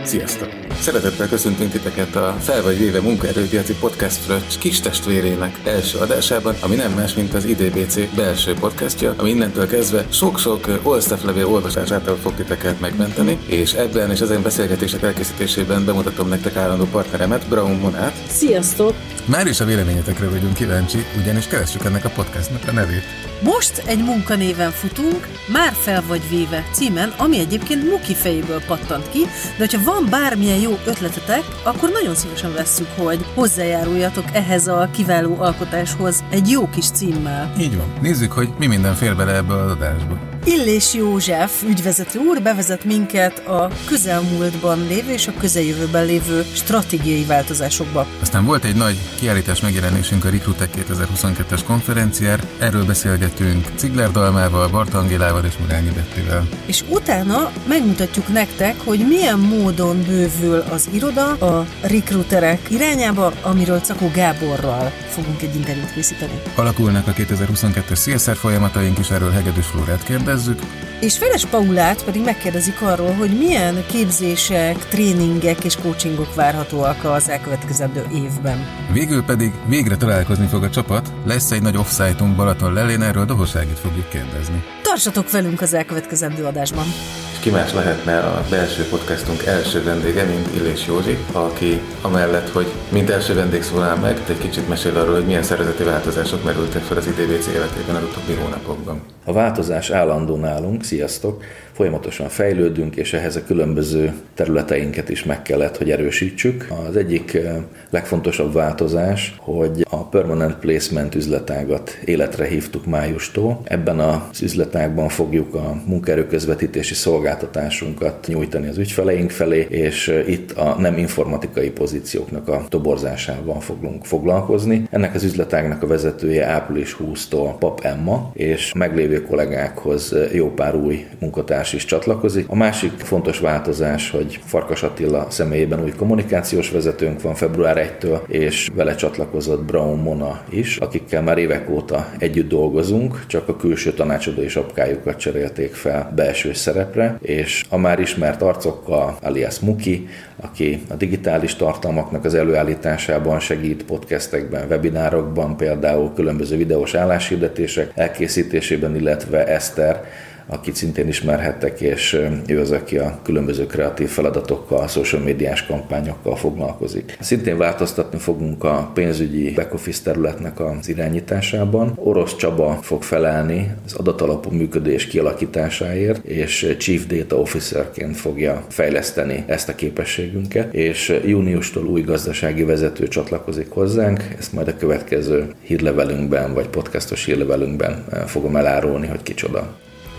Sziasztok! Szeretettel köszöntünk titeket a Fel vagy véve munkaerőpiaci podcast Fröccs kis testvérének első adásában, ami nem más, mint az IDBC belső podcastja, ami innentől kezdve sok-sok All-Staff levél olvasásától fog titeket megmenteni, és ebben és ezen beszélgetések elkészítésében bemutatom nektek állandó partneremet, Braun Monát. Sziasztok! Már is a véleményetekre vagyunk kíváncsi, ugyanis keressük ennek a podcastnak a nevét. Most egy munkanéven futunk, Már fel vagy véve címen, ami egyébként Muki fejéből pattant ki, de hogyha van bármilyen jó ötletetek, akkor nagyon szívesen vesszük, hogy hozzájáruljatok ehhez a kiváló alkotáshoz egy jó kis címmel. Így van. Nézzük, hogy mi minden fér bele ebbe az adásba. Illés József ügyvezető úr bevezet minket a közelmúltban lévő és a közeljövőben lévő stratégiai változásokba. Aztán volt egy nagy kiállítás megjelenésünk a Recruitec 2022-es konferenciára, erről beszélgetünk Cigler Dalmával, Barta Angélával és Murányi Bettivel. És utána megmutatjuk nektek, hogy milyen módon bővül az iroda a recruiterek irányába, amiről Czakó Gáborral fogunk egy interjút készíteni. Alakulnak a 2022-es CSR folyamataink is, erről Hegedűs Flórát kérdezzük. És Feles Paulát pedig megkérdezik arról, hogy milyen képzések, tréningek és coachingok várhatóak az elkövetkezendő évben. Végül pedig végre találkozni fog a csapat, lesz egy nagy off-site-unk Balatonlellén, erről Dohosságit fogjuk kérdezni. Tartsatok velünk az elkövetkezendő adásban! Ki más lehetne a belső podcastunk első vendége, mint Illés Józsi, aki amellett, hogy mint első vendég szólál meg, egy kicsit mesél arról, hogy milyen szervezeti változások merültek fel az IDBC életében az utóbbi hónapokban. A változás állandó nálunk, sziasztok! Folyamatosan fejlődünk, és ehhez a különböző területeinket is meg kellett, hogy erősítsük. Az egyik legfontosabb változás, hogy a Permanent Placement üzletágat életre hívtuk májustól. Ebben az üzletágban fogjuk a munkaerőközvetítési szolgáltatásunkat nyújtani az ügyfeleink felé, és itt a nem informatikai pozícióknak a toborzásával fogunk foglalkozni. Ennek az üzletágnak a vezetője április 20-tól Pap Emma, és a meglévő kollégákhoz jó pár új munkatárs is csatlakozik. A másik fontos változás, hogy Farkas Attila személyében új kommunikációs vezetőnk van február 1-től, és vele csatlakozott Braun Mona is, akikkel már évek óta együtt dolgozunk, csak a külső tanácsadói sapkájukat cserélték fel belső szerepre, és a már ismert arcokkal, alias Muki, aki a digitális tartalmaknak az előállításában segít, podcastekben, webinárokban, például különböző videós álláshirdetések elkészítésében, illetve Eszter, akit szintén ismerhettek, és ő az, aki a különböző kreatív feladatokkal, social médiás kampányokkal foglalkozik. Szintén változtatni fogunk a pénzügyi back-office területnek az irányításában. Orosz Csaba fog felelni az adatalapú működés kialakításáért, és Chief Data Officerként fogja fejleszteni ezt a képességünket, és júniustól új gazdasági vezető csatlakozik hozzánk, ezt majd a következő hírlevelünkben, vagy podcastos hírlevelünkben fogom elárulni, hogy kicsoda.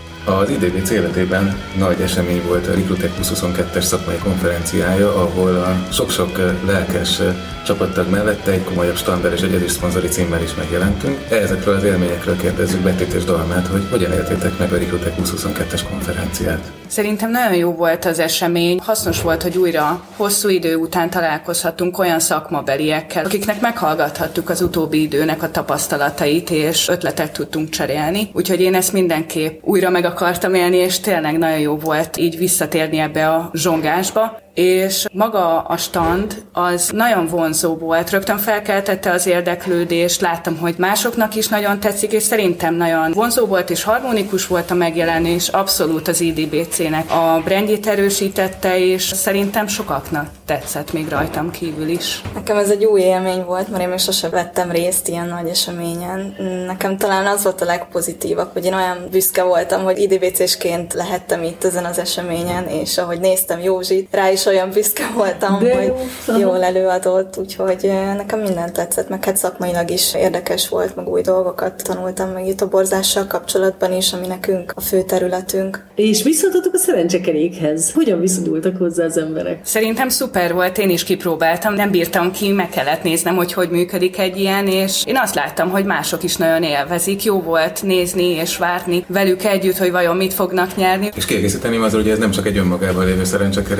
Az IDBC életében nagy esemény volt a Recruitec 2022-es szakmai konferenciája, ahol a sok-sok lelkes csapattag mellett egy komolyabb standard és egy ezüstszponzori címmel is megjelentünk. Ezekről az élményekről kérdezzük Bettit és Dalmát, hogy hogyan éltétek meg a Recruitec 2022-es konferenciát. Szerintem nagyon jó volt az esemény. Hasznos volt, hogy újra hosszú idő után találkozhattunk olyan szakmabeliekkel, akiknek meghallgathattuk az utóbbi időnek a tapasztalatait, és ötletet tudtunk cserélni. Úgyhogy én ezt mindenképp újra meg akartam élni, és tényleg nagyon jó volt így visszatérni ebbe a zsongásba. És maga a stand az nagyon vonzó volt, rögtön felkeltette az érdeklődést, láttam, hogy másoknak is nagyon tetszik, és szerintem nagyon vonzó volt és harmonikus volt a megjelenés, abszolút az IDBC-nek a brandjét erősítette, és szerintem sokaknak tetszett, még rajtam kívül is. Nekem ez egy új élmény volt, mert én még sosem vettem részt ilyen nagy eseményen. Nekem talán az volt a legpozitívabb, hogy én olyan büszke voltam, hogy IDBC-sként lehettem itt ezen az eseményen, és ahogy néztem Józsit, rá is olyan büszke voltam, hogy jól előadott, úgyhogy nekem minden tetszett, meg hát szakmailag is érdekes volt, meg új dolgokat tanultam meg itt a borzással kapcsolatban is, ami nekünk a fő területünk. És visszatadtuk a szerencsekerékhez. Hogyan viszonyultak hozzá az emberek? Szerintem szuper volt, én is kipróbáltam, nem bírtam ki, meg kellett néznem, hogy működik egy ilyen, és én azt láttam, hogy mások is nagyon élvezik. Jó volt nézni és várni velük együtt, hogy vajon mit fognak nyerni. És kiegészíteném azzal, hogy ez nem csak egy önmagában lévő szerencsekerék volt, hanem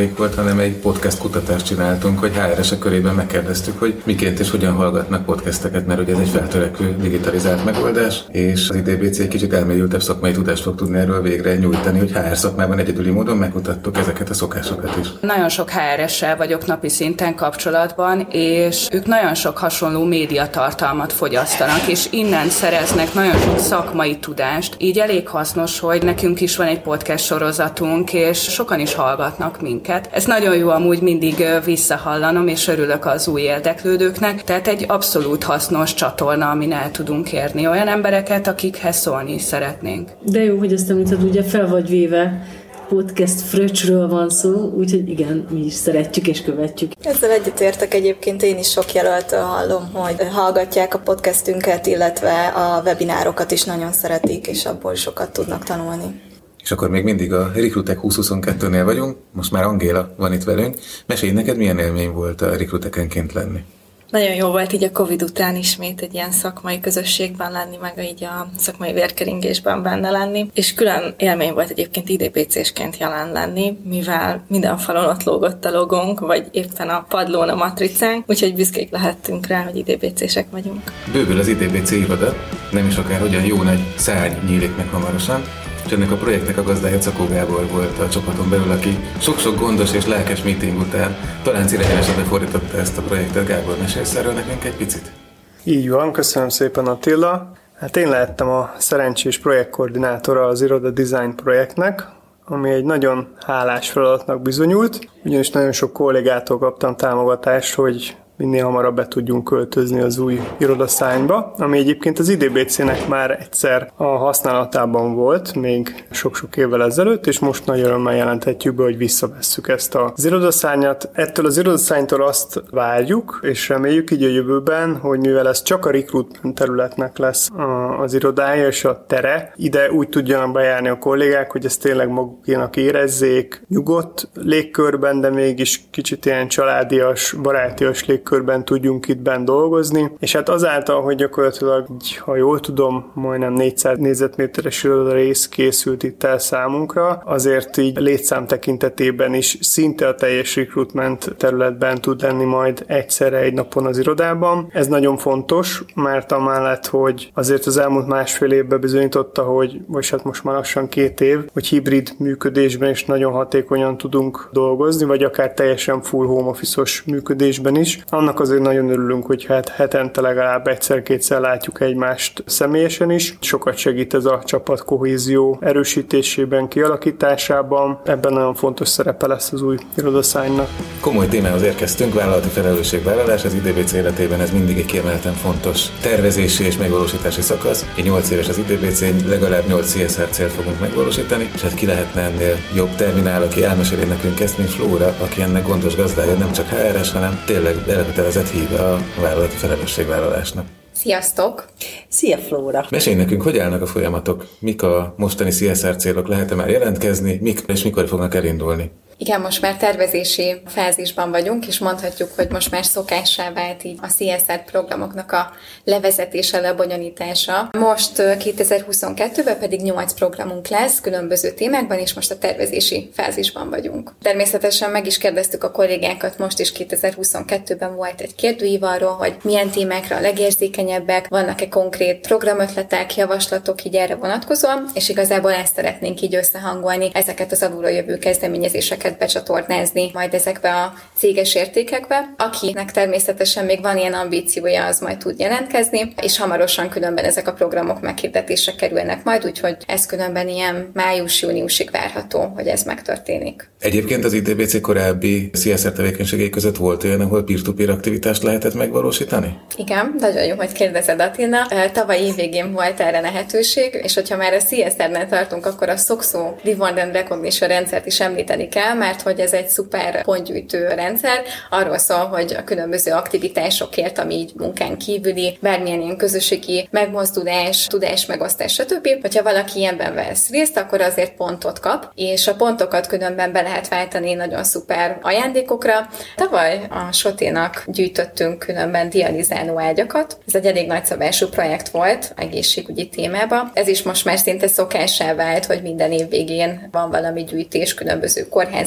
hanem egy podcast kutatást csináltunk, hogy HRS-ek körében megkérdeztük, hogy miként és hogyan hallgatnak podcasteket, mert ugye ez egy feltörekvő digitalizált megoldás, és az IDBC egy kicsit elmélyültebb szakmai tudást fog tudni erről végre nyújtani, hogy HR szakmában egyedüli módon megkutattuk ezeket a szokásokat is. Nagyon sok HRS-sel vagyok napi szinten kapcsolatban, és ők nagyon sok hasonló médiatartalmat fogyasztanak, és innen szereznek nagyon sok szakmai tudást. Így elég hasznos, hogy nekünk is van egy podcast sorozatunk, és sokan is hallgatnak minket. Ez nagyon jó amúgy mindig visszahallanom, és örülök az új érdeklődőknek, tehát egy abszolút hasznos csatorna, amin el tudunk érni olyan embereket, akikhez szólni is szeretnénk. De jó, hogy ezt említed, ugye fel vagy véve, podcast fröccsről van szó, úgyhogy igen, mi is szeretjük és követjük. Ezzel egyetértek, egyébként én is sok jelöltől hallom, hogy hallgatják a podcastünket, illetve a webinárokat is nagyon szeretik, és abból sokat tudnak tanulni. És akkor még mindig a Recruitec 2022-nél vagyunk, most már Angéla van itt velünk. Mesélj neked, milyen élmény volt a Recruitecenként lenni? Nagyon jó volt így a Covid után ismét egy ilyen szakmai közösségben lenni, meg így a szakmai vérkeringésben benne lenni. És külön élmény volt egyébként IDBC-sként jelen lenni, mivel minden falon ott lógott a logónk, vagy éppen a padlón a matricánk, úgyhogy büszkék lehettünk rá, hogy IDBC-sek vagyunk. Bővül az IDBC iroda, nem is akár hogyan jó nagy szárny nyílik meg hamarosan, és ennek a projektnek a gazdája Czakó Gábor volt a csapaton belül, aki sok-sok gondos és lelkes meeting után talán célegyenesebbre fordította ezt a projektet. Gábor, mesélsz erről nekünk egy picit? Így van, köszönöm szépen Attila. Hát én lehettem a szerencsés projektkoordinátora az Iroda Design projektnek, ami egy nagyon hálás feladatnak bizonyult, ugyanis nagyon sok kollégától kaptam támogatást, hogy minél hamarabb be tudjunk költözni az új irodaszárnyba, ami egyébként az IDBC-nek már egyszer a használatában volt, még sok-sok évvel ezelőtt, és most nagy örömmel jelenthetjük be, hogy visszavesszük ezt az irodaszárnyat. Ettől az irodaszárnytól azt várjuk, és reméljük így a jövőben, hogy mivel ez csak a recruitment területnek lesz az irodája és a tere, ide úgy tudjanak bejárni a kollégák, hogy ezt tényleg magukénak érezzék, nyugodt légkörben, de mégis kicsit ilyen családias, barátias légkörben tudjunk itt benn dolgozni, és hát azáltal, hogy gyakorlatilag, ha jól tudom, majdnem 400 négyzetméteres rész készült itt el számunkra, azért így létszám tekintetében is szinte a teljes recruitment területben tud lenni majd egyszerre egy napon az irodában. Ez nagyon fontos, mert amellett, hogy azért az elmúlt másfél évben bizonyította, vagy hát most már lassan 2 év, hogy hibrid működésben is nagyon hatékonyan tudunk dolgozni, vagy akár teljesen full home office-os működésben is. Annak azért nagyon örülünk, hogy hát hetente legalább egyszer-kétszer látjuk egymást személyesen is. Sokat segít ez a csapat kohézió erősítésében, kialakításában. Ebben nagyon fontos szerepe lesz az új irodaszárnynak. Komoly témához érkeztünk, vállalati felelősségvállalás. Az IDBC életében ez mindig egy kiemelten fontos tervezési és megvalósítási szakasz. 8 éves az IDBC, legalább 8 CSR célt fogunk megvalósítani, és hát ki lehetne ennél jobb terminál, aki elmeséli nekünk ezt, mint Flóra, aki ennek gondos gazdája, nem csak HRS, hanem tényleg elkötelezett híve a vállalati felelősségvállalásnak. Sziasztok! Szia Flóra! Mesélj nekünk, hogy állnak a folyamatok, mik a mostani CSR célok, lehet-e már jelentkezni, mik és mikor fognak elindulni? Igen, most már tervezési fázisban vagyunk, és mondhatjuk, hogy most már szokássá vált így a CSR programoknak a levezetése, lebonyolítása. Most 2022-ben pedig 8 programunk lesz különböző témákban, és most a tervezési fázisban vagyunk. Természetesen meg is kérdeztük a kollégákat, most is 2022-ben volt egy kérdőív arról, hogy milyen témákra a legérzékenyebbek, vannak-e konkrét programötletek, javaslatok így erre vonatkozóan, és igazából ezt szeretnénk így összehangolni, ezeket az alulról jövő kezdeményezéseket becsatornázni majd ezekbe a céges értékekbe. Akinek természetesen még van ilyen ambíciója, az majd tud jelentkezni, és hamarosan különben ezek a programok meghirdetésre kerülnek majd, úgyhogy ez különben ilyen május-júniusig várható, hogy ez megtörténik. Egyébként az IDBC korábbi CSR tevékenységei között volt olyan, ahol peer-to-peer aktivitást lehetett megvalósítani? Igen, nagyon jó, hogy kérdezed, Attila. Tavaly évvégén volt erre lehetőség, és hogyha már a CSR-nél tartunk, akkor a SOXO Reward and Recognition rendszert is említeni kell, mert hogy ez egy szuper pontgyűjtő rendszer, arról szól, hogy a különböző aktivitásokért, ami így munkán kívüli, bármilyen ilyen közösségi megmozdulás, tudásmegosztás, stb. Hogyha valaki ilyenben vesz részt, akkor azért pontot kap, és a pontokat különben be lehet váltani nagyon szuper ajándékokra. Tavaly a Soténak gyűjtöttünk különben dializáló ágyakat. Ez egy elég nagyszabású projekt volt egészségügyi témába. Ez is most már szinte szokássá vált, hogy minden év végén van valami gyűjtés különböző kórházi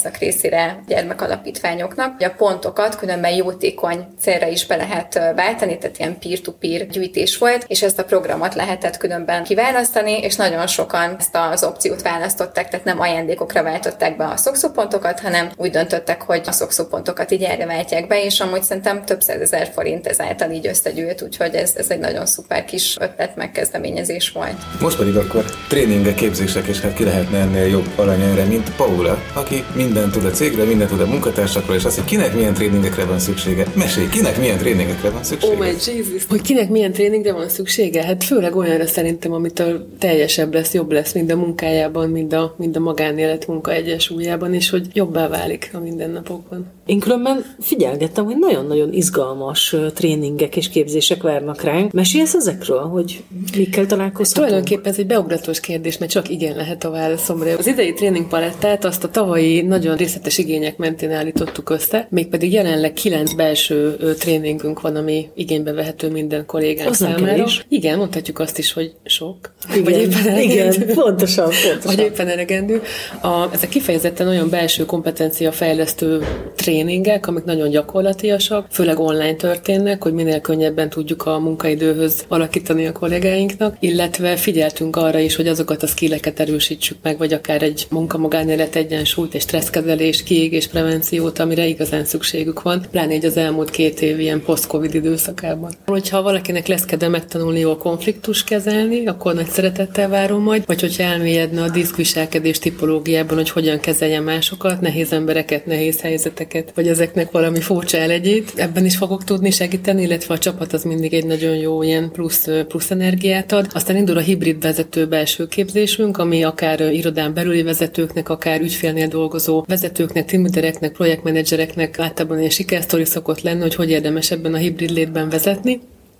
pályázat részére gyermekalapítványoknak, hogy a pontokat különben jótékony célra is be lehet váltani, tehát ilyen peer-to-peer gyűjtés volt, és ezt a programot lehetett különben kiválasztani, és nagyon sokan ezt az opciót választották, tehát nem ajándékokra váltották be a szokszópontokat, hanem úgy döntöttek, hogy a szokszópontokat így erre váltják be, és amúgy szerintem több 100 000 forint ezáltal így összegyűlt, úgyhogy ez egy nagyon szuper kis ötlet megkezdeményezés volt. Most pedig akkor tréningek, képzések, és hát ki lehetne ennél jobb aranyerre, mint Paula, aki mindent tud a cégről, mindent tud a munkatársakról, és azt, hogy kinek milyen tréningekre van szüksége. Mesélj, kinek milyen tréningekre van szüksége? Oh my Jesus! Hogy kinek milyen tréningre van szüksége? Hát főleg olyanra szerintem, amitől teljesebb lesz, jobb lesz mind a munkájában, mind a magánélet munka egyensúlyában, és hogy jobbá válik a mindennapokban. Én különben figyelgettem, hogy nagyon-nagyon izgalmas tréningek és képzések várnak ránk. Mesélsz ezekről, hogy mikkel találkozhatunk? Tulajdonképpen ez egy beugratos kérdés, mert csak igen lehet a válaszomra. Az idei tréningpalettát azt a tavalyi nagyon részletes igények mentén állítottuk össze, mégpedig jelenleg 9 belső tréningünk van, ami igénybe vehető minden kollégánk számára. Igen, mondhatjuk azt is, hogy sok. Igen, vagy éppen elegendő. Igen, pontosan. Vagy éppen elegendő. Ezek kifejezetten olyan belső kompetenciafejlesztő tréningek, amik nagyon gyakorlatiasak, főleg online történnek, hogy minél könnyebben tudjuk a munkaidőhöz alakítani a kollégáinknak, illetve figyeltünk arra is, hogy azokat a skilleket erősítsük meg, vagy akár egy munka-magánélet egyensúlyt, és stresszkezelés, kiégés prevenciót, amire igazán szükségük van, pláne így az elmúlt 2 év ilyen post-covid időszakában. Hogyha valakinek lesz kedve megtanulni jól konfliktus kezelni, akkor nagy szeretettel várom majd, vagy hogyha elmélyedne a diszkviselkedés tipológiában, hogy hogyan kezelje másokat, nehéz embereket, nehéz helyzeteket, vagy ezeknek valami furcsa elegyét, ebben is fogok tudni segíteni, illetve a csapat az mindig egy nagyon jó ilyen plusz energiát ad. Aztán indul a hibrid vezető belső képzésünk, ami akár irodán belüli vezetőknek, akár ügyfélnél dolgozó vezetőknek, teamleadereknek, projektmenedzsereknek általában ilyen sikersztori szokott lenni, hogy érdemes ebben a hibrid létben vezetni.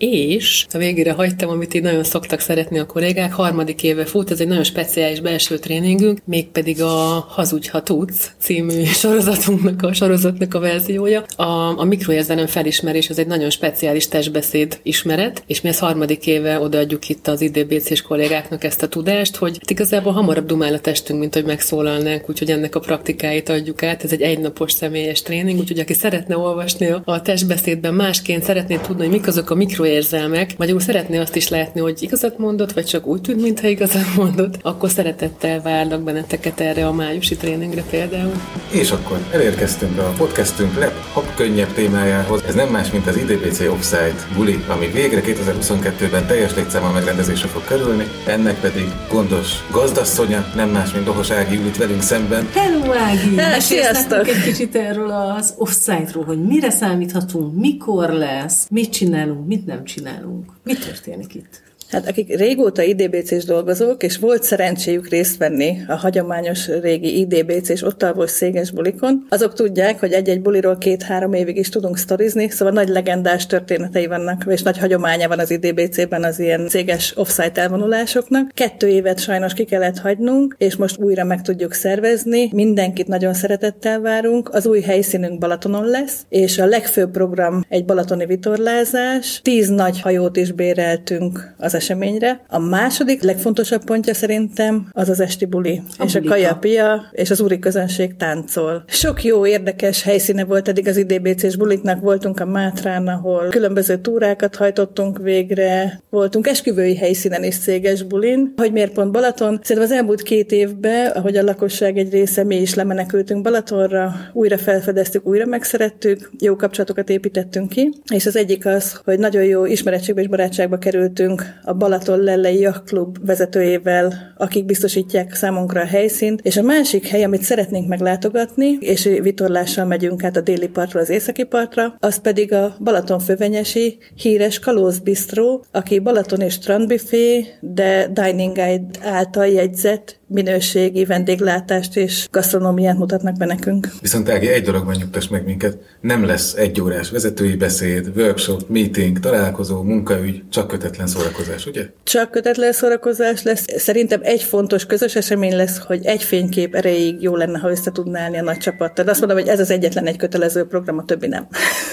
És a végére hagytam, amit így nagyon szoktak szeretni a kollégák, 3. éve fut, ez egy nagyon speciális belső tréningünk, mégpedig a Hazudj, ha tudsz című sorozatnak a verziója. A mikroérzelem felismerés, ez egy nagyon speciális testbeszéd ismeret, és mi ezt 3. éve odaadjuk itt az IDBC-s kollégáknak ezt a tudást, hogy igazából hamarabb dumál a testünk, mint hogy megszólalnánk, úgyhogy ennek a praktikáit adjuk át. Ez egy egynapos személyes tréning, úgyhogy aki szeretne olvasni a testbeszédben másként, szeretné tudni, hogy mik azok a mikroérzelmek, magyarul szeretné azt is látni, hogy igazat mondott, vagy csak úgy tűnt, mintha igazat mondott, akkor szeretettel várlak benneteket erre a májusi tréningre például. És akkor elérkeztünk a podcastünk leghopp könnyebb témájához. Ez nem más, mint az IDBC Offsite buli, ami végre 2022-ben teljes létszámmal megrendezésre fog kerülni. Ennek pedig gondos gazdasszonya, nem más, mint Dohos Ági ül itt velünk szemben. Hello Ági! Mesélsz nekünk egy kicsit erről az Offsite-ról, hogy mire számíthatunk, mikor lesz, mit csinálunk, mit nem csinálunk. Mi történik itt? Hát akik régóta IDBC-s dolgozók, és volt szerencséjük részt venni a hagyományos régi IDBC-s ottalvos széges bulikon, azok tudják, hogy egy-egy buliról 2-3 évig is tudunk sztorizni, szóval nagy legendás történetei vannak, és nagy hagyománya van az IDBC-ben az ilyen céges offsite elvonulásoknak. 2 évet sajnos ki kellett hagynunk, és most újra meg tudjuk szervezni. Mindenkit nagyon szeretettel várunk. Az új helyszínünk Balatonon lesz, és a legfőbb program egy balatoni vitorlázás. 10 nagy hajót is béreltünk az eseményre. A második legfontosabb pontja szerintem az az esti buli. És a kajapia, és az úri közönség táncol. Sok jó, érdekes helyszíne volt eddig az IDBC-s buliknak. Voltunk a Mátrán, ahol különböző túrákat hajtottunk végre. Voltunk esküvői helyszínen is céges bulin. Hogy miért pont Balaton? Szerintem az elmúlt 2 évben, ahogy a lakosság egy része, mi is lemenekültünk Balatonra, újra felfedeztük, újra megszerettük, jó kapcsolatokat építettünk ki. És az egyik az, hogy nagyon jó ismerettségbe és barátságba kerültünk a Balaton Lellei Yacht Club vezetőjével, akik biztosítják számunkra a helyszínt, és a másik hely, amit szeretnénk meglátogatni, és vitorlással megyünk át a déli partról az északi partra, az pedig a Balatonfővenyesi híres Kalóz Bistró, aki Balaton és strandbuffé, de Dining Guide által jegyzett minőségi vendéglátást és gasztronómiát mutatnak be nekünk. Viszont Ági, egy dologban nyugtass meg minket, nem lesz 1 órás vezetői beszéd, workshop, meeting, találkozó, munkaügy, csak kötetlen szórakozás, ugye? Csak kötetlen szórakozás lesz. Szerintem egy fontos közös esemény lesz, hogy egy fénykép erejéig jó lenne, ha össze tudná állni a nagy csapattal. De azt mondom, hogy ez az egyetlen egy kötelező program, a többi nem.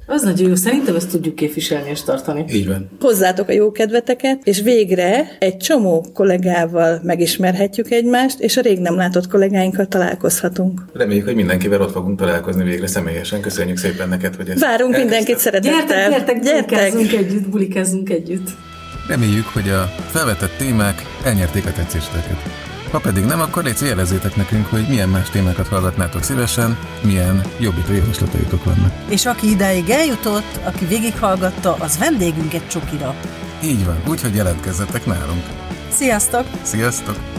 Az nagyon jó, szerintem ezt tudjuk képviselni és tartani. Így van. Hozzátok a jó kedveteket, és végre egy csomó kollégával megismerhetjük egymást, és a rég nem látott kollégáinkkal találkozhatunk. Reméljük, hogy mindenkivel ott fogunk találkozni végre személyesen. Köszönjük szépen neked, hogy ezt várunk mindenkit szeretettel. Gyertek, bulikázzunk együtt. Reméljük, hogy a felvetett témák elnyerték a tetszéseteket. Ha pedig nem, akkor légy jelezzétek nekünk, hogy milyen más témákat hallgatnátok szívesen, milyen jobbító javaslataitok vannak. És aki idáig eljutott, aki végighallgatta, az vendégünk egy csokira. Így van, úgyhogy jelentkezzetek nálunk. Sziasztok! Sziasztok!